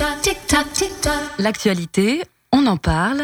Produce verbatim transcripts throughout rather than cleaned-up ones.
L'actualité, on en parle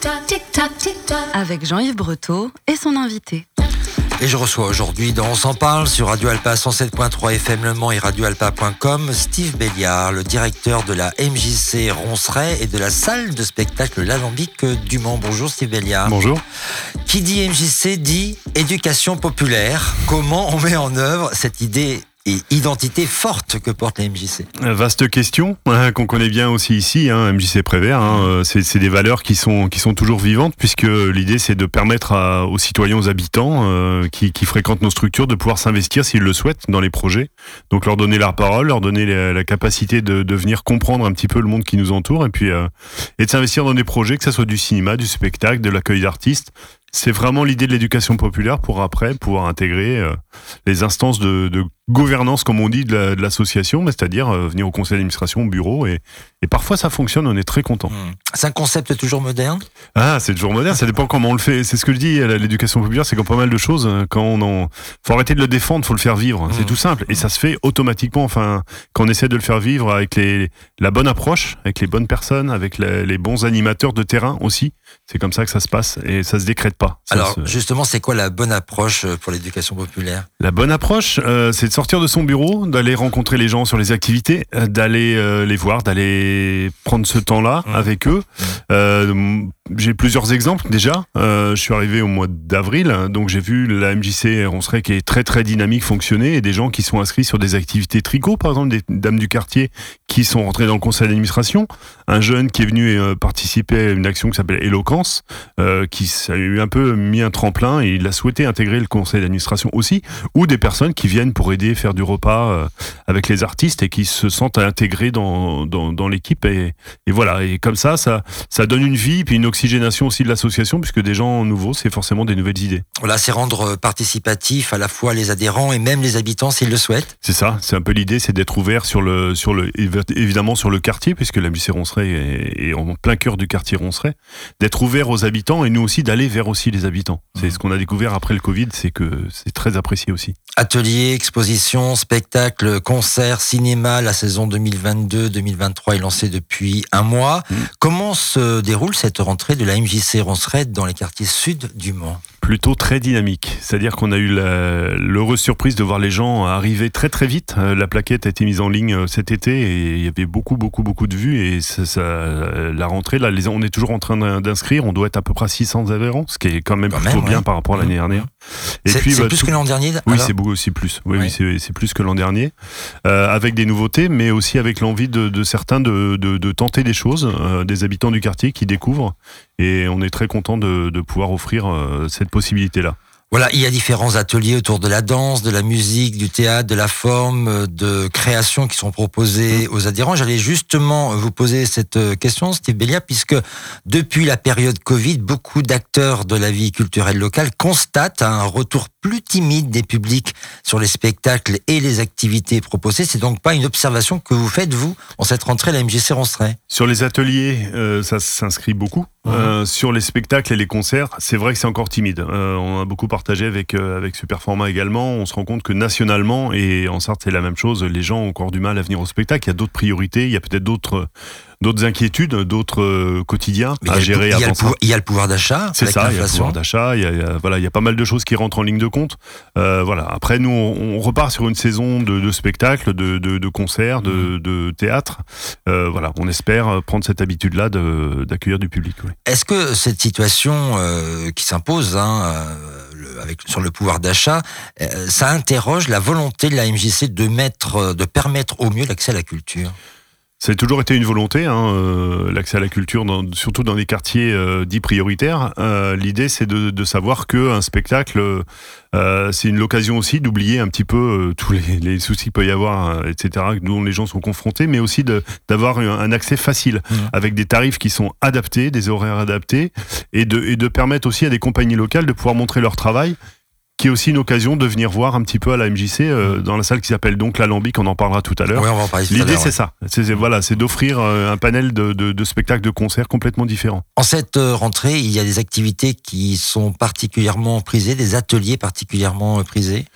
avec Jean-Yves Breteau et son invité. Et je reçois aujourd'hui dans On s'en parle sur Radio Alpa cent sept point trois F M Le Mans et radio alpa point com Steve Belliard, le directeur de la M J C Ronceret et de la salle de spectacle L'Alambic du Mans. Bonjour Steve Belliard. Bonjour. Qui dit M J C dit éducation populaire. Comment on met en œuvre cette idée et identité forte que porte la M J C? Vaste question, hein, qu'on connaît bien aussi ici, hein, M J C Prévert. Hein, c'est, c'est des valeurs qui sont, qui sont toujours vivantes, puisque l'idée c'est de permettre à, aux citoyens, aux habitants euh, qui, qui fréquentent nos structures de pouvoir s'investir s'ils le souhaitent dans les projets. Donc leur donner leur parole, leur donner la, la capacité de, de venir comprendre un petit peu le monde qui nous entoure et puis euh, et de s'investir dans des projets, que ce soit du cinéma, du spectacle, de l'accueil d'artistes. C'est vraiment l'idée de l'éducation populaire pour après pouvoir intégrer euh, les instances de, de gouvernance, comme on dit, de, la, de l'association, mais c'est-à-dire euh, venir au conseil d'administration, au bureau, et, et parfois ça fonctionne, on est très content. Mmh. C'est un concept toujours moderne? Ah, c'est toujours moderne, ça dépend comment on le fait. C'est ce que je dis, l'éducation populaire, c'est comme pas mal de choses, quand on en... faut arrêter de le défendre, faut le faire vivre, mmh. c'est tout simple, et ça se fait automatiquement, enfin, quand on essaie de le faire vivre avec les, la bonne approche, avec les bonnes personnes, avec les, les bons animateurs de terrain aussi, c'est comme ça que ça se passe, et ça se décrète pas. Ça Alors, se... justement, c'est quoi la bonne approche pour l'éducation populaire? La bonne approche, euh, c'est de sortir de son bureau, d'aller rencontrer les gens sur les activités, euh, d'aller euh, les voir, d'aller prendre ce temps-là mmh. avec eux. Mmh. Euh, j'ai plusieurs exemples déjà. Euh, je suis arrivé au mois d'avril, donc j'ai vu la M J C Ronceret qui est très très dynamique fonctionner, et des gens qui sont inscrits sur des activités tricot, par exemple des dames du quartier qui sont rentrées dans le conseil d'administration. Un jeune qui est venu euh, participer à une action qui s'appelle Éloquence, euh, qui a eu un peu mis un tremplin et il a souhaité intégrer le conseil d'administration aussi, ou des personnes qui viennent pour aider, faire du repas euh, avec les artistes et qui se sentent intégrés dans, dans, dans l'équipe, et, et voilà, et comme ça, ça, ça donne une vie, puis une oxygénation aussi de l'association, puisque des gens nouveaux, c'est forcément des nouvelles idées. Voilà, c'est rendre participatif à la fois les adhérents et même les habitants s'ils le souhaitent. C'est ça, c'est un peu l'idée, c'est d'être ouvert sur le, sur le, évidemment sur le quartier, puisque la M J C Ronceret est, est en plein cœur du quartier Ronceret, d'être ouvert aux habitants et nous aussi d'aller vers aussi les habitants. C'est mmh. ce qu'on a découvert après le Covid, c'est que c'est très apprécié aussi. Ateliers, expositions, spectacles, concerts, cinéma, la saison deux mille vingt-deux deux mille vingt-trois est lancée depuis un mois. Mmh. Comment se déroule cette rentrée de la M J C Ronceret dans les quartiers sud du Mans? Plutôt très dynamique, c'est-à-dire qu'on a eu la, l'heureuse surprise de voir les gens arriver très très vite. La plaquette a été mise en ligne cet été et il y avait beaucoup beaucoup beaucoup de vues, et ça, ça, la rentrée, là, les, on est toujours en train d'inscrire, on doit être à peu près six cents adhérents, ce qui est quand même quand plutôt même, bien ouais. par rapport à l'année dernière. Et c'est, puis, c'est bah, plus tout... que l'an dernier? Oui, alors c'est beaucoup aussi plus, oui, oui. oui c'est, c'est plus que l'an dernier, euh, avec des nouveautés, mais aussi avec l'envie de, de certains de, de, de tenter des choses, euh, des habitants du quartier qui découvrent, et on est très content de, de pouvoir offrir euh, cette possibilité-là. Voilà, il y a différents ateliers autour de la danse, de la musique, du théâtre, de la forme, de création qui sont proposés aux adhérents. J'allais justement vous poser cette question, Steve Belliard, puisque depuis la période Covid, beaucoup d'acteurs de la vie culturelle locale constatent un retour plus timide des publics sur les spectacles et les activités proposées. C'est donc pas une observation que vous faites, vous, en cette rentrée à la M J C Ronceret? Sur les ateliers, euh, ça s'inscrit beaucoup. Mmh. Euh, sur les spectacles et les concerts, c'est vrai que c'est encore timide. Euh, on a beaucoup partagé avec, euh, avec Superformat également. On se rend compte que nationalement, et en Sarthe c'est la même chose, les gens ont encore du mal à venir au spectacle. Il y a d'autres priorités, il y a peut-être d'autres... d'autres inquiétudes, d'autres euh, quotidiens Mais à gérer avant ça. Il y a le pouvoir d'achat. C'est ça, il y a le pouvoir d'achat, il y a, il y a, voilà, il y a pas mal de choses qui rentrent en ligne de compte. Euh, voilà. Après, nous, on, on repart sur une saison de, de spectacles, de, de, de concerts, de, mmh. de théâtre. Euh, voilà, on espère prendre cette habitude-là de, d'accueillir du public. Oui. Est-ce que cette situation euh, qui s'impose hein, euh, le, avec, sur le pouvoir d'achat, euh, ça interroge la volonté de la M J C de, mettre, de permettre au mieux l'accès à la culture? Ça a toujours été une volonté, hein, euh, l'accès à la culture, dans, surtout dans des quartiers euh, dits prioritaires. Euh, l'idée, c'est de, de savoir qu'un spectacle, euh, c'est une l'occasion aussi d'oublier un petit peu euh, tous les, les soucis qu'il peut y avoir, et cetera, dont les gens sont confrontés, mais aussi de, d'avoir un, un accès facile, mmh. avec des tarifs qui sont adaptés, des horaires adaptés, et de, et de permettre aussi à des compagnies locales de pouvoir montrer leur travail, qui est aussi une occasion de venir voir un petit peu à la M J C euh, dans la salle qui s'appelle donc l'Alambic, on en parlera tout à l'heure. Oui, on va en parler tout L'idée, à l'heure, c'est ouais. ça, c'est, c'est, voilà, c'est d'offrir euh, un panel de, de, de spectacles, de concerts complètement différents. En cette rentrée, il y a des activités qui sont particulièrement prisées, des ateliers particulièrement prisés?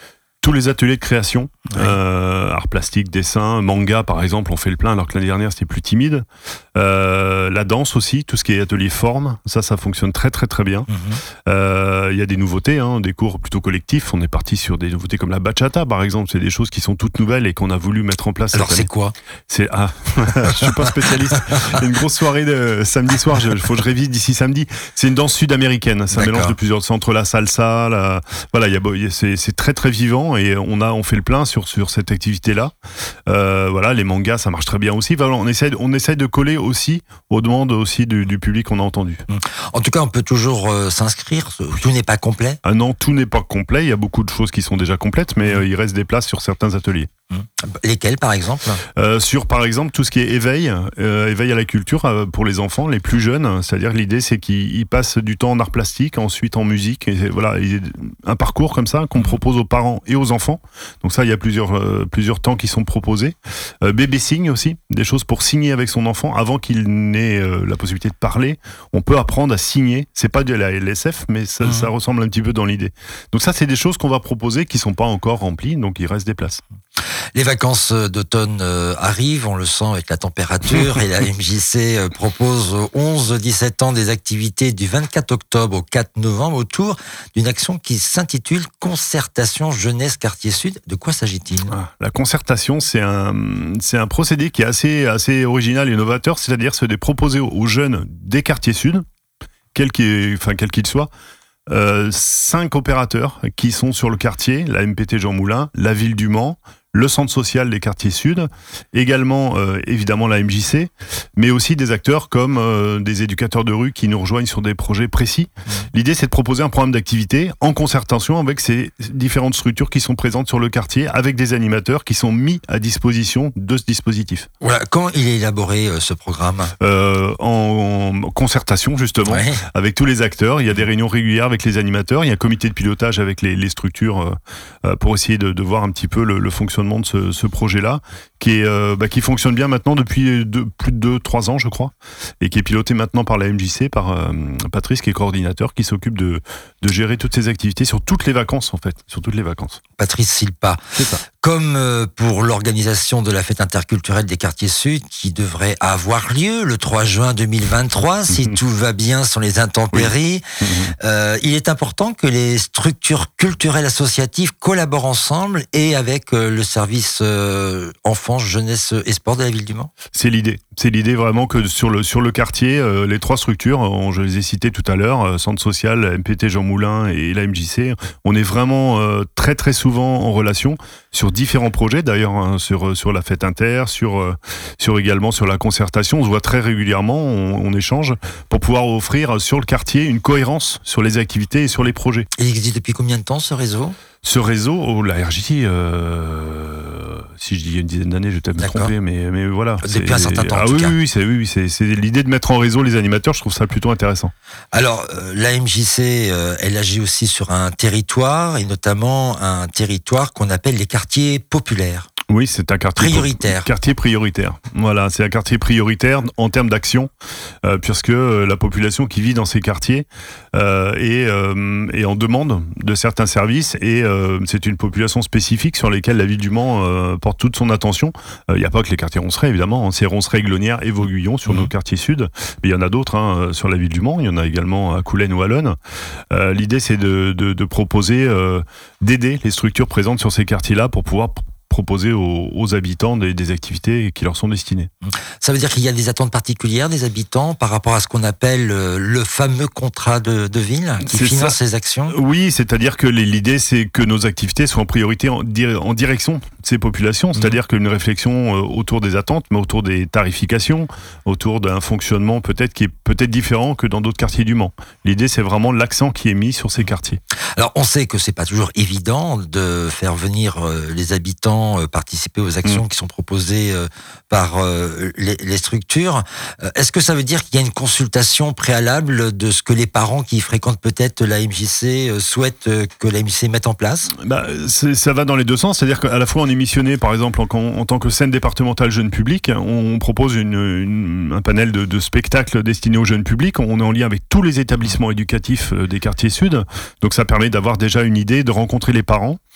tous les ateliers de création, ouais. euh, art plastique, dessin, manga par exemple, on fait le plein alors que l'année dernière c'était plus timide. Euh, la danse aussi, tout ce qui est atelier forme, ça, ça fonctionne très très très bien. Il mm-hmm. euh, y a des nouveautés, hein, des cours plutôt collectifs. On est parti sur des nouveautés comme la bachata par exemple. C'est des choses qui sont toutes nouvelles et qu'on a voulu mettre en place. Alors c'est quoi ? C'est ah, je suis pas spécialiste. Il y a une grosse soirée de samedi soir. Il faut que je révise d'ici samedi. C'est une danse sud-américaine. C'est un mélange de plusieurs entre la salsa, la... voilà, il y a c'est, c'est très très vivant et on a on fait le plein sur sur cette activité là. Euh, voilà, les mangas, ça marche très bien aussi. Voilà, on essaie on essaie de coller aussi aux demandes aussi du, du public qu'on a entendu. En tout cas, on peut toujours euh, s'inscrire. Tout n'est pas complet. Ah non, tout n'est pas complet. Il y a beaucoup de choses qui sont déjà complètes, mais euh, il reste des places sur certains ateliers. Lesquels, par exemple ? euh, Sur, par exemple, tout ce qui est éveil, euh, éveil à la culture euh, pour les enfants, les plus jeunes. C'est-à-dire que l'idée, c'est qu'ils passent du temps en art plastique, ensuite en musique. Et voilà, il y a un parcours comme ça qu'on propose aux parents et aux enfants. Donc ça, il y a plusieurs, euh, plusieurs temps qui sont proposés. Euh, bébé signe aussi, des choses pour signer avec son enfant avant qu'il n'ait euh, la possibilité de parler. On peut apprendre à signer. C'est pas de la L S F, mais ça, mmh. ça ressemble un petit peu dans l'idée. Donc ça, c'est des choses qu'on va proposer qui sont pas encore remplies, donc il reste des places. Les vacances d'automne euh, arrivent, on le sent avec la température, et la M J C euh, propose aux onze dix-sept ans des activités du vingt-quatre octobre au quatre novembre autour d'une action qui s'intitule Concertation Jeunesse Quartier Sud. De quoi s'agit-il ? ah, La concertation, c'est un, c'est un procédé qui est assez, assez original et novateur, c'est-à-dire c'est de proposer aux jeunes des quartiers sud, quels qu'ils, enfin, quels qu'ils soient, euh, cinq opérateurs qui sont sur le quartier, la M P T Jean Moulin, la ville du Mans, le centre social des quartiers sud, également euh, évidemment la M J C, mais aussi des acteurs comme euh, des éducateurs de rue qui nous rejoignent sur des projets précis. Mmh. L'idée, c'est de proposer un programme d'activité en concertation avec ces différentes structures qui sont présentes sur le quartier, avec des animateurs qui sont mis à disposition de ce dispositif. Voilà. Quand il est élaboré euh, ce programme euh, en, en concertation justement, ouais. avec tous les acteurs. Il y a des réunions régulières avec les animateurs. Il y a un comité de pilotage avec les, les structures euh, pour essayer de, de voir un petit peu le, le fonctionnement de ce, ce projet-là, qui, est, euh, bah, qui fonctionne bien maintenant depuis deux, plus de deux trois ans, je crois, et qui est piloté maintenant par la M J C, par euh, Patrice, qui est coordinateur, qui s'occupe de, de gérer toutes ces activités sur toutes les vacances, en fait, sur toutes les vacances. Patrice Silpa. C'est ça. Comme euh, pour l'organisation de la fête interculturelle des quartiers sud, qui devrait avoir lieu le trois juin deux mille vingt-trois, si mmh. tout va bien sans les intempéries, oui. mmh. euh, il est important que les structures culturelles associatives collaborent ensemble et avec euh, le service euh, enfance, jeunesse et sport de la ville du Mans. C'est l'idée. C'est l'idée vraiment que sur le, sur le quartier, euh, les trois structures, on, je les ai citées tout à l'heure, euh, Centre Social, M P T Jean Moulin et la M J C, on est vraiment euh, très très souvent en relation sur différents projets, d'ailleurs hein, sur, sur la fête inter, sur, euh, sur également sur la concertation, on se voit très régulièrement, on, on échange pour pouvoir offrir sur le quartier une cohérence sur les activités et sur les projets. Il existe depuis combien de temps ce réseau ? Ce réseau, oh, la R J T, euh, si je dis une dizaine d'années, je vais peut-être me tromper, mais, mais voilà. Depuis c'est, un certain temps, ah, en tout oui, cas. Oui, c'est, oui, c'est, c'est l'idée de mettre en réseau les animateurs, je trouve ça plutôt intéressant. Alors, euh, la M J C, euh, elle agit aussi sur un territoire, et notamment un territoire qu'on appelle les quartiers populaires. Oui, c'est un quartier prioritaire. Quartier prioritaire. Voilà, c'est un quartier prioritaire en termes d'action, euh, puisque euh, la population qui vit dans ces quartiers euh, est, euh, est en demande de certains services et euh, c'est une population spécifique sur laquelle la ville du Mans euh, porte toute son attention. Il euh, n'y a pas que les quartiers Ronceret, évidemment, hein, c'est Ronceret, Glonnière et Vauguyon sur mmh. nos quartiers sud, mais il y en a d'autres hein, sur la ville du Mans. Il y en a également à Coulennes ou à Lonne. Euh, l'idée, c'est de, de, de proposer, euh, d'aider les structures présentes sur ces quartiers-là pour pouvoir proposer aux, aux habitants des, des activités qui leur sont destinées. Ça veut dire qu'il y a des attentes particulières des habitants par rapport à ce qu'on appelle le fameux contrat de, de ville qui c'est finance ça. Ces actions ? Oui, c'est-à-dire que l'idée, c'est que nos activités soient en priorité en, en direction de ces populations, c'est-à-dire mmh. qu'une réflexion autour des attentes, mais autour des tarifications, autour d'un fonctionnement peut-être qui est peut-être différent que dans d'autres quartiers du Mans. L'idée, c'est vraiment l'accent qui est mis sur ces quartiers. Alors, on sait que c'est pas toujours évident de faire venir les habitants participer aux actions mmh. qui sont proposées par les, les structures. Est-ce que ça veut dire qu'il y a une consultation préalable de ce que les parents qui fréquentent peut-être la M J C souhaitent que la M J C mette en place ? Bah, ça va dans les deux sens, c'est-à-dire qu'à la fois on est missionné par exemple en, en tant que scène départementale jeune public, on propose une, une, un panel de, de spectacles destinés aux jeunes publics, on est en lien avec tous les établissements éducatifs des quartiers sud, donc ça permet d'avoir déjà une idée, de rencontrer les parents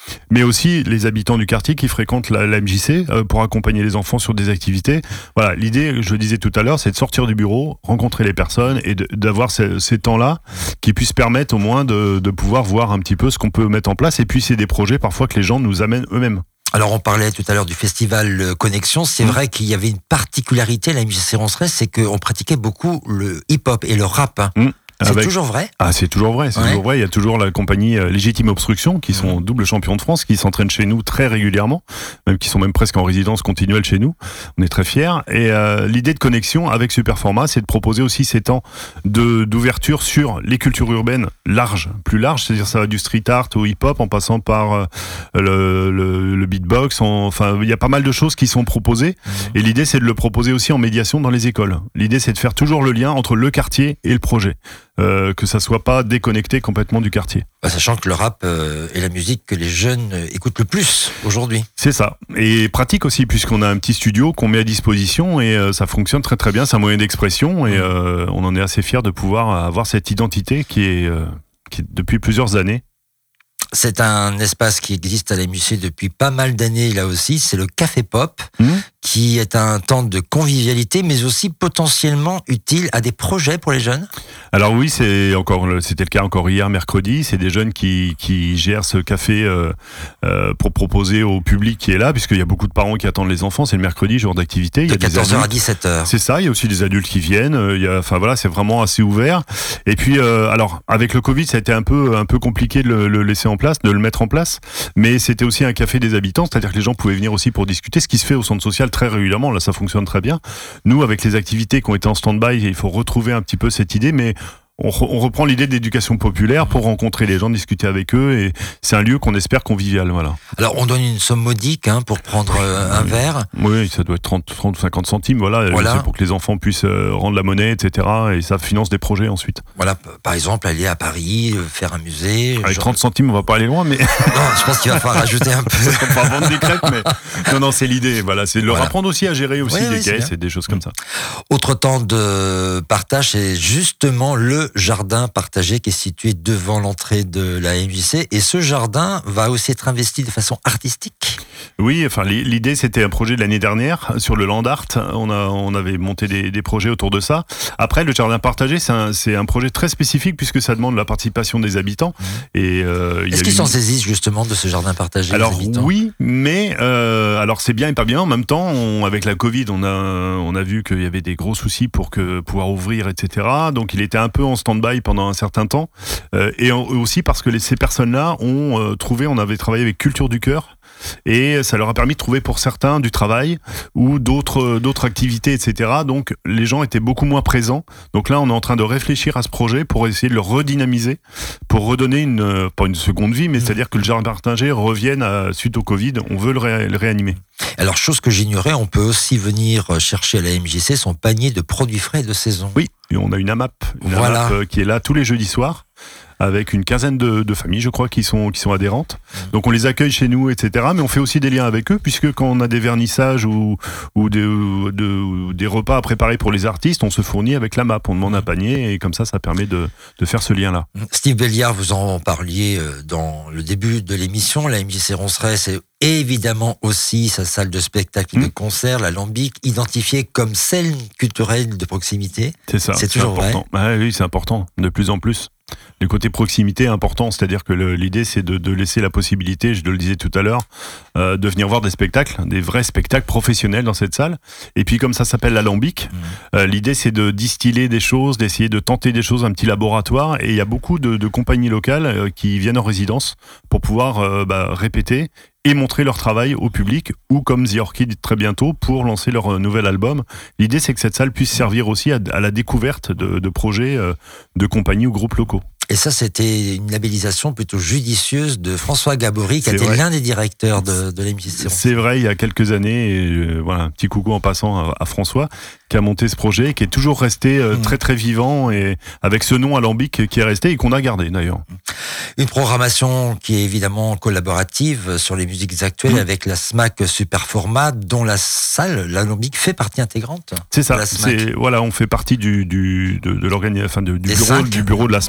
mais aussi les habitants du quartier qui fréquentent la, la M J C euh, pour accompagner les enfants sur des activités. Voilà, l'idée, je le disais tout à l'heure, c'est de sortir du bureau, rencontrer les personnes et de, d'avoir ces, ces temps-là qui puissent permettre au moins de, de pouvoir voir un petit peu ce qu'on peut mettre en place. Et puis c'est des projets parfois que les gens nous amènent eux-mêmes. Alors on parlait tout à l'heure du festival Connexion, c'est mmh. vrai qu'il y avait une particularité à la M J C Ronceret, c'est qu'on pratiquait beaucoup le hip-hop et le rap. Mmh. C'est Avec... toujours vrai ? Ah, c'est toujours vrai, c'est ouais. toujours vrai. Il y a toujours la compagnie euh, Légitime Obstruction, qui sont mmh. double champions de France, qui s'entraînent chez nous très régulièrement, même qui sont même presque en résidence continuelle chez nous. On est très fiers. Et euh, l'idée de Connexion avec Superformat, c'est de proposer aussi ces temps de, d'ouverture sur les cultures urbaines larges, plus larges, c'est-à-dire ça va du street art au hip-hop, en passant par euh, le, le, le beatbox. En, enfin, il y a pas mal de choses qui sont proposées. Mmh. Et l'idée, c'est de le proposer aussi en médiation dans les écoles. L'idée, c'est de faire toujours le lien entre le quartier et le projet. Euh, que ça soit pas déconnecté complètement du quartier. Bah, sachant que le rap euh, est la musique que les jeunes euh, écoutent le plus aujourd'hui. C'est ça. Et pratique aussi, puisqu'on a un petit studio qu'on met à disposition et euh, ça fonctionne très très bien. C'est un moyen d'expression et euh, on en est assez fiers de pouvoir avoir cette identité qui est, euh, qui est depuis plusieurs années. C'est un espace qui existe à la M J C depuis pas mal d'années là aussi, c'est le Café Pop, mmh. qui est un temps de convivialité, mais aussi potentiellement utile à des projets pour les jeunes. Alors oui, c'est encore, c'était le cas encore hier, mercredi, c'est des jeunes qui, qui gèrent ce café euh, euh, pour proposer au public qui est là, puisqu'il y a beaucoup de parents qui attendent les enfants, c'est le mercredi, jour d'activité. Il de y a quatorze heures à dix-sept heures. C'est ça, il y a aussi des adultes qui viennent, il y a, enfin voilà, c'est vraiment assez ouvert. Et puis, euh, alors, avec le Covid, ça a été un peu, un peu compliqué de le, le laisser en place, de le mettre en place, mais c'était aussi un café des habitants, c'est-à-dire que les gens pouvaient venir aussi pour discuter, ce qui se fait au centre social très régulièrement, là ça fonctionne très bien. Nous, avec les activités qui ont été en stand-by, il faut retrouver un petit peu cette idée, mais on, re, on reprend l'idée d'éducation populaire pour rencontrer les gens, discuter avec eux, et c'est un lieu qu'on espère convivial, voilà. Alors on donne une somme modique hein, pour prendre euh, un oui. verre. Oui, ça doit être trente, trente ou cinquante centimes, voilà, voilà. C'est pour que les enfants puissent euh, rendre la monnaie, et cetera. Et ça finance des projets ensuite. Voilà, par exemple, aller à Paris, faire un musée. Avec genre... trente centimes, on va pas aller loin, mais... Non, je pense qu'il va falloir rajouter un peu. On va pas vendre des crêpes, mais... Non, non, c'est l'idée, voilà, c'est de leur voilà. apprendre aussi à gérer aussi oui, des oui, caisses et des choses comme ça. Autre temps de partage, c'est justement le jardin partagé qui est situé devant l'entrée de la M J C. Et ce jardin va aussi être investi de façon artistique. Oui, enfin l'idée c'était un projet de l'année dernière sur le Land Art. On a on avait monté des, des projets autour de ça. Après le jardin partagé c'est un c'est un projet très spécifique puisque ça demande la participation des habitants. Mmh. Et euh, est-ce qu'ils une... s'en saisissent justement de ce jardin partagé? Alors les habitants oui, mais euh, alors c'est bien et pas bien en même temps. On, avec la Covid, on a on a vu qu'il y avait des gros soucis pour que pouvoir ouvrir, et cetera. Donc il était un peu en stand-by pendant un certain temps. Euh, et aussi parce que les, ces personnes-là ont euh, trouvé, on avait travaillé avec Culture du Cœur. Et ça leur a permis de trouver pour certains du travail ou d'autres d'autres activités, et cetera. Donc les gens étaient beaucoup moins présents. Donc là, on est en train de réfléchir à ce projet pour essayer de le redynamiser, pour redonner une pas une seconde vie, mais mmh. c'est-à-dire que le jardin partagé revienne à, suite au Covid. On veut le, ré, le réanimer. Alors, chose que j'ignorais, on peut aussi venir chercher à la M J C son panier de produits frais de saison. Oui, et on a une AMAP, une voilà. AMAP qui est là tous les jeudis soirs. Avec une quinzaine de, de familles, je crois, qui sont, qui sont adhérentes. Donc on les accueille chez nous, et cetera. Mais on fait aussi des liens avec eux, puisque quand on a des vernissages ou, ou, des, ou, de, ou des repas à préparer pour les artistes, on se fournit avec la map. On demande un panier et comme ça, ça permet de, de faire ce lien-là. Steve Belliard, vous en parliez dans le début de l'émission. La M J C Ronceret, c'est évidemment aussi sa salle de spectacle et mmh. de concert, l'Alambic, identifiée comme scène culturelle de proximité. C'est ça. C'est toujours important. vrai. Ah, oui, c'est important, de plus en plus. Le côté proximité est important, c'est-à-dire que le, l'idée c'est de, de laisser la possibilité, je le disais tout à l'heure, euh, de venir voir des spectacles, des vrais spectacles professionnels dans cette salle. Et puis comme ça s'appelle l'Alambic, mmh. euh, l'idée c'est de distiller des choses, d'essayer de tenter des choses, un petit laboratoire. Et il y a beaucoup de, de compagnies locales euh, qui viennent en résidence pour pouvoir euh, bah, répéter et montrer leur travail au public, ou comme The Orchid très bientôt, pour lancer leur euh, nouvel album. L'idée, c'est que cette salle puisse servir aussi à, à la découverte de, de projets euh, de compagnies ou groupes locaux. Et ça, c'était une labellisation plutôt judicieuse de François Gabory, qui a été l'un des directeurs de, de l'M J C. C'est vrai, il y a quelques années, et euh, voilà, un petit coucou en passant à, à François, qui a monté ce projet, qui est toujours resté euh, mmh. très très vivant, et avec ce nom Alambic qui est resté et qu'on a gardé d'ailleurs. Une programmation qui est évidemment collaborative sur les musiques actuelles mmh. avec la S M A C Superformat, dont la salle, l'Alambic, fait partie intégrante. C'est ça, c'est, voilà, on fait partie du, du, de, de l'organisation, enfin, de, du, bureau, cinq. du bureau de la S M A C, voilà. Des cinq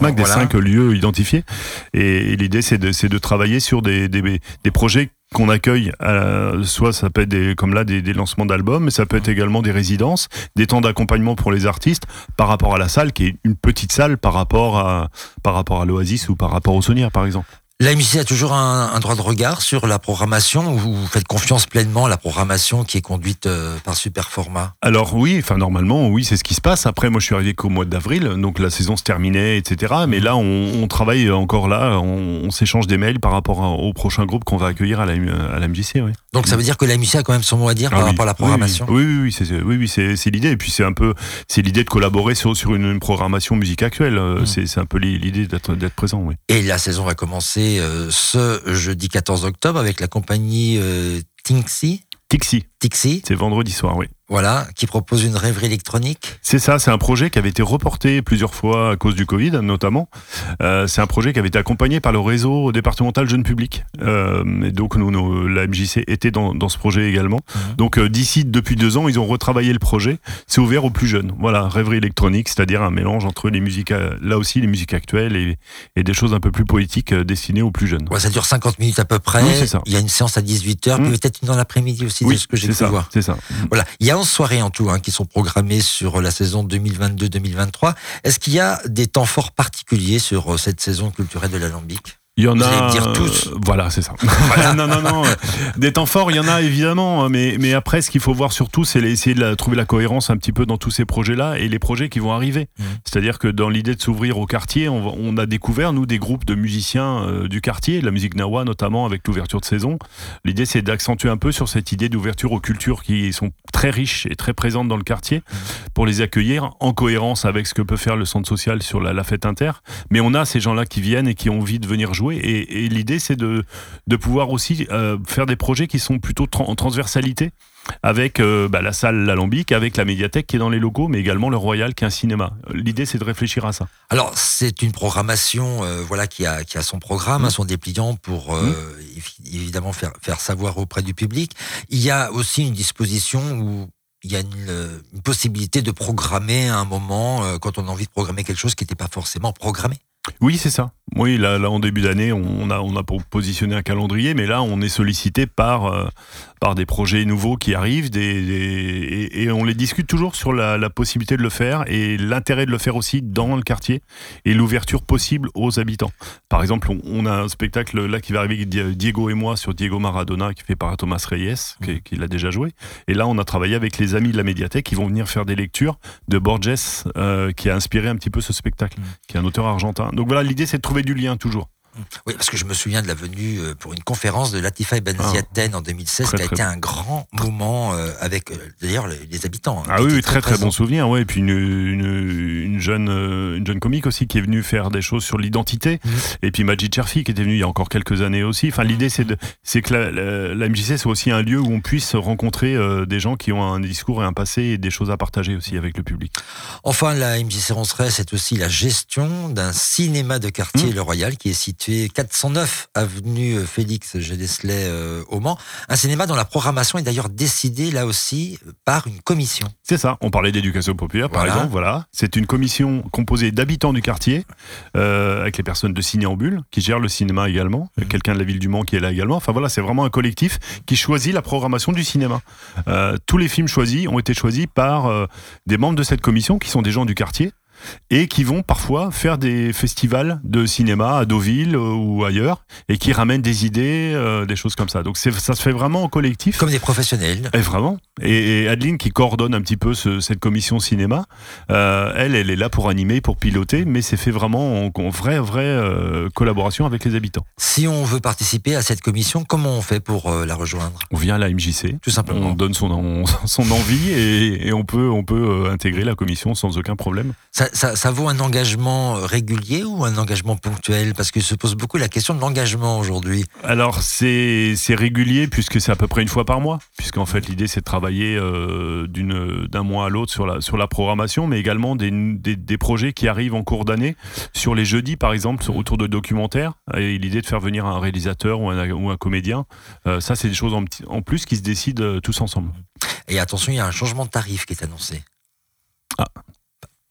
cinq lieux identifiés. Et, et l'idée, c'est de, c'est de travailler sur des, des, des projets qu'on accueille, euh, soit ça peut être des, comme là des, des lancements d'albums, mais ça peut être également des résidences, des temps d'accompagnement pour les artistes par rapport à la salle, qui est une petite salle par rapport à, par rapport à l'Oasis ou par rapport au Sonière, par exemple. La M J C a toujours un, un droit de regard sur la programmation, ou vous faites confiance pleinement à la programmation qui est conduite euh, par Superformat? Alors oui, enfin normalement oui, c'est ce qui se passe. Après moi je suis arrivé qu'au mois d'avril, donc la saison se terminait, et cetera. Mais là on, on travaille encore là, on, on s'échange des mails par rapport à, au prochain groupe qu'on va accueillir à la, à la M J C. Oui. Donc ça veut dire que la M J C a quand même son mot à dire ah, par oui. rapport à la programmation. Oui, oui, oui, oui, c'est, oui, oui, c'est, c'est l'idée. Et puis c'est un peu, c'est l'idée de collaborer sur, sur une, une programmation musique actuelle. Mmh. C'est, c'est un peu l'idée d'être, d'être présent. Oui. Et la saison va commencer euh, ce jeudi quatorze octobre avec la compagnie euh, Tinxi. Tixi. Tixi. C'est vendredi soir, oui. Voilà, qui propose une rêverie électronique. C'est ça, c'est un projet qui avait été reporté plusieurs fois à cause du Covid, notamment. Euh, c'est un projet qui avait été accompagné par le réseau départemental Jeune Public. Euh, et donc, nous, nous, la M J C était dans, dans ce projet également. Mmh. Donc, euh, d'ici, depuis deux ans, ils ont retravaillé le projet. C'est ouvert aux plus jeunes. Voilà, rêverie électronique, c'est-à-dire un mélange entre les musiques, là aussi, les musiques actuelles et, et des choses un peu plus poétiques euh, destinées aux plus jeunes. Ouais, ça dure cinquante minutes à peu près. Oui, c'est ça. Il y a une séance à dix-huit heures, mmh. peut-être une dans l'après-midi aussi, oui, de ce que j'ai pu ça, voir. C'est ça. Mmh. Voilà, il y a onze soirées en tout hein, qui sont programmées sur la saison deux mille vingt-deux deux mille vingt-trois. Est-ce qu'il y a des temps forts particuliers sur cette saison culturelle de l'Alambic ? Il y en Vous a. allez me dire tous. Euh, voilà, c'est ça. Voilà. non, non, non. Des temps forts, il y en a évidemment, mais, mais après, ce qu'il faut voir surtout, c'est essayer de la, trouver la cohérence un petit peu dans tous ces projets-là et les projets qui vont arriver. Mmh. C'est-à-dire que dans l'idée de s'ouvrir au quartier, on, on a découvert, nous, des groupes de musiciens euh, du quartier, de la musique Gnawa notamment, avec l'ouverture de saison. L'idée, c'est d'accentuer un peu sur cette idée d'ouverture aux cultures qui sont très riches et très présentes dans le quartier mmh. pour les accueillir en cohérence avec ce que peut faire le centre social sur la, la fête inter. Mais on a ces gens-là qui viennent et qui ont envie de venir jouer. Et, et l'idée, c'est de, de pouvoir aussi euh, faire des projets qui sont plutôt tra- en transversalité avec euh, bah, la salle L'Alambic, avec la médiathèque qui est dans les locaux, mais également le Royal qui est un cinéma. L'idée, c'est de réfléchir à ça. Alors, c'est une programmation euh, voilà, qui, a, qui a son programme, mmh. son dépliant pour euh, mmh. évidemment faire, faire savoir auprès du public. Il y a aussi une disposition où il y a une, une possibilité de programmer à un moment, euh, quand on a envie de programmer quelque chose qui n'était pas forcément programmé. Oui, c'est ça. Oui, là, là en début d'année, on a, on a positionné un calendrier, mais là, on est sollicité par, euh, par des projets nouveaux qui arrivent des, des, et, et on les discute toujours sur la, la possibilité de le faire et l'intérêt de le faire aussi dans le quartier et l'ouverture possible aux habitants. Par exemple, on, on a un spectacle là qui va arriver avec Diego et moi sur Diego Maradona, qui fait par Thomas Reyes, qui, qui l'a déjà joué. Et là, on a travaillé avec les amis de la médiathèque qui vont venir faire des lectures de Borges, euh, qui a inspiré un petit peu ce spectacle, mmh. qui est un auteur argentin. Donc voilà, l'idée, c'est de trouver du lien toujours. Oui, parce que je me souviens de la venue pour une conférence de Latifa Ebn Ziaten ah, en deux mille seize, très, qui a été bon. un grand moment avec, d'ailleurs, les habitants. Ah oui, très très, très bon souvenir. Ouais. Et puis une, une, une, jeune, une jeune comique aussi qui est venue faire des choses sur l'identité. Mmh. Et puis Majid Cherfi qui était venu il y a encore quelques années aussi. Enfin, l'idée, c'est, de, c'est que la, la, la M J C, c'est aussi un lieu où on puisse rencontrer euh, des gens qui ont un discours et un passé et des choses à partager aussi avec le public. Enfin, la M J C Ronceret, c'est aussi la gestion d'un cinéma de quartier, mmh. Le Royal, qui est situé quatre cent neuf avenue Félix Gédesley euh, au Mans. Un cinéma dont la programmation est d'ailleurs décidée là aussi par une commission. C'est ça, on parlait d'éducation populaire par voilà. exemple, voilà. C'est une commission composée d'habitants du quartier, euh, avec les personnes de Cinéambule, qui gèrent le cinéma également, mmh. quelqu'un de la ville du Mans qui est là également. Enfin voilà, c'est vraiment un collectif qui choisit la programmation du cinéma. Euh, tous les films choisis ont été choisis par euh, des membres de cette commission qui sont des gens du quartier, et qui vont parfois faire des festivals de cinéma à Deauville euh, ou ailleurs et qui ramènent des idées, euh, des choses comme ça. Donc c'est, ça se fait vraiment en collectif. Comme des professionnels. Et vraiment. Et, et Adeline qui coordonne un petit peu ce, cette commission cinéma, euh, elle, elle est là pour animer, pour piloter, mais c'est fait vraiment en, en vraie, vraie euh, collaboration avec les habitants. Si on veut participer à cette commission, comment on fait pour euh, la rejoindre ? On vient à la M J C. Tout simplement. On donne son, on, son envie et, et on peut, on peut euh, intégrer la commission sans aucun problème. Ça, ça, ça vaut un engagement régulier ou un engagement ponctuel ? Parce que se pose beaucoup la question de l'engagement aujourd'hui. Alors, c'est, c'est régulier puisque c'est à peu près une fois par mois. Puisqu'en fait, l'idée, c'est de travailler euh, d'une, d'un mois à l'autre sur la, sur la programmation, mais également des, des, des projets qui arrivent en cours d'année. Sur les jeudis, par exemple, autour de documentaires. Et l'idée de faire venir un réalisateur ou un, ou un comédien. Euh, ça, c'est des choses en, en plus qui se décident tous ensemble. Et attention, il y a un changement de tarif qui est annoncé. Ah.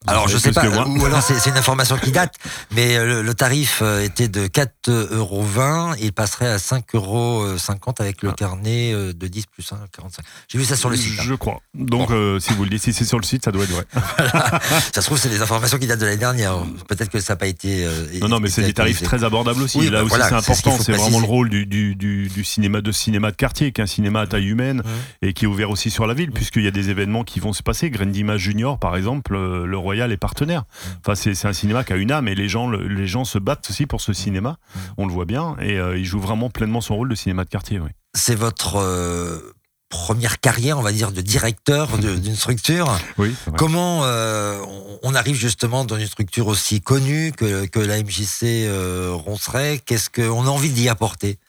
Alors, je savez sais plus pas, que moi. ou alors c'est, c'est une information qui date, mais le, le tarif était de quatre euros vingt et il passerait à cinq euros cinquante avec le carnet de dix plus un, quarante-cinq. J'ai vu ça sur le site. Je hein. crois. Donc, Bon. euh, si vous le dites, si c'est sur le site, ça doit être vrai. Voilà. Ça se trouve, c'est des informations qui datent de l'année dernière. Peut-être que ça n'a pas été. Euh, Non, non, mais c'est des tarifs très abordables aussi. Oui, Là bah aussi, voilà, c'est c'est ce qu'il important. faut C'est préciser. vraiment le rôle du, du, du, du cinéma de cinéma de quartier, qui est un cinéma à taille humaine Mmh. et qui est ouvert aussi sur la ville, Mmh. puisqu'il y a des événements qui vont se passer. Graine d'Image Junior, par exemple, euh, le Royal est partenaire. Enfin, c'est, c'est un cinéma qui a une âme et les gens, le, les gens se battent aussi pour ce cinéma. On le voit bien et euh, il joue vraiment pleinement son rôle de cinéma de quartier. Oui. C'est votre euh, première carrière, on va dire, de directeur de, d'une structure. Oui, c'est vrai. Comment euh, on arrive justement dans une structure aussi connue que, que la M J C euh, Ronceret? Qu'est-ce qu'on a envie d'y apporter?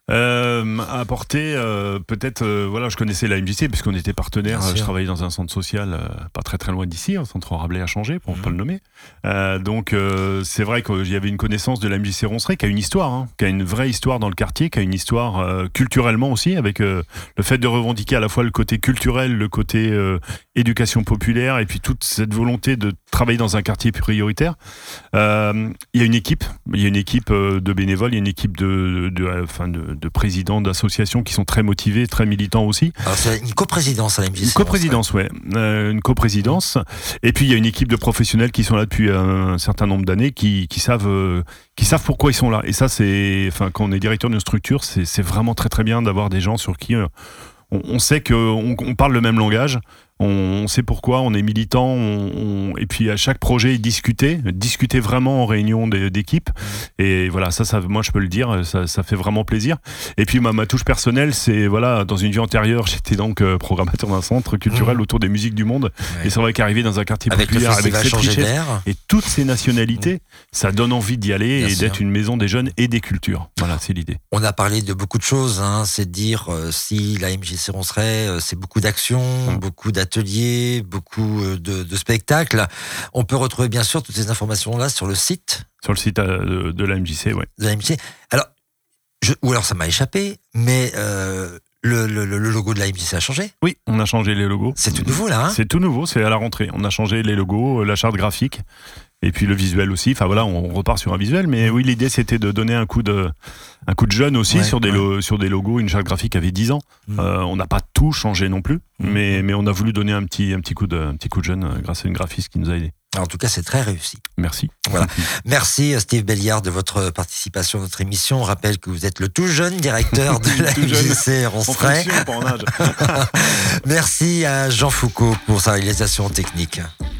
Euh, apporter, euh, peut-être, euh, voilà, je connaissais la M J C puisqu'on était partenaire. Bien Je sûr. travaillais dans un centre social euh, pas très très loin d'ici, un centre Rabelais à changer, pour ne Mhm. pas le nommer. Euh, donc, euh, c'est vrai qu'il y avait une connaissance de la M J C Ronceret qui a une histoire, hein, qui a une vraie histoire dans le quartier, qui a une histoire euh, culturellement aussi, avec euh, le fait de revendiquer à la fois le côté culturel, le côté euh, éducation populaire, et puis toute cette volonté de travailler dans un quartier prioritaire. Euh, Il y a une équipe, il y a une équipe euh, de bénévoles, il y a une équipe de, de, de, enfin de, de présidents d'associations qui sont très motivés, très militants aussi. Alors, c'est une coprésidence à la M J C. Une coprésidence, ouais, euh, une coprésidence. Et puis il y a une équipe de professionnels qui sont là depuis un, un certain nombre d'années, qui, qui savent, euh, qui savent pourquoi ils sont là. Et ça, c'est, enfin, quand on est directeur d'une structure, c'est, c'est vraiment très très bien d'avoir des gens sur qui euh, on, on sait qu'on on parle le même langage. On sait pourquoi, on est militant, on, on, et puis à chaque projet, discuter, discuter vraiment en réunion de, d'équipe. Et voilà, ça, ça, moi je peux le dire, ça, ça fait vraiment plaisir. Et puis ma, ma touche personnelle, c'est voilà, dans une vie antérieure, j'étais donc euh, programmateur d'un centre culturel Mmh. autour des musiques du monde. Ouais. Et c'est vrai qu'arriver dans un quartier Avec le populaire, avec festival cette Changer richesse d'air. et toutes ces nationalités, ça donne envie d'y aller Bien et sûr. d'être une maison des jeunes et des cultures. Voilà, c'est l'idée. On a parlé de beaucoup de choses, hein. C'est de dire euh, si la M J C Ronceret, euh, c'est beaucoup d'actions, Mmh. beaucoup d'ateliers, beaucoup euh, de, de spectacles. On peut retrouver bien sûr toutes ces informations-là sur le site Sur le site euh, de, de la M J C, ouais. de la M J C. Alors, je, ou alors ça m'a échappé, mais euh, le, le, le logo de la M J C a changé. Oui, on a changé les logos. C'est tout nouveau là. Hein. C'est tout nouveau, c'est à la rentrée. On a changé les logos, la charte graphique, et puis le visuel aussi. Enfin voilà, on repart sur un visuel. Mais oui, l'idée c'était de donner un coup de, un coup de jeune aussi Ouais, sur des ouais. lo- sur des logos. Une charte graphique avait dix ans. Mm. Euh, on n'a pas tout changé non plus, Mm. mais mais on a voulu donner un petit un petit coup de un petit coup de jeune euh, grâce à une graphiste qui nous a aidés. Alors, en tout cas, c'est très réussi. Merci. Voilà. Merci Steve Belliard de votre participation à notre émission. On rappelle que vous êtes le tout jeune directeur de la Tout M J jeune. C En Ronceret. fonction, pas en âge. Merci à Jean Foucault pour sa réalisation technique.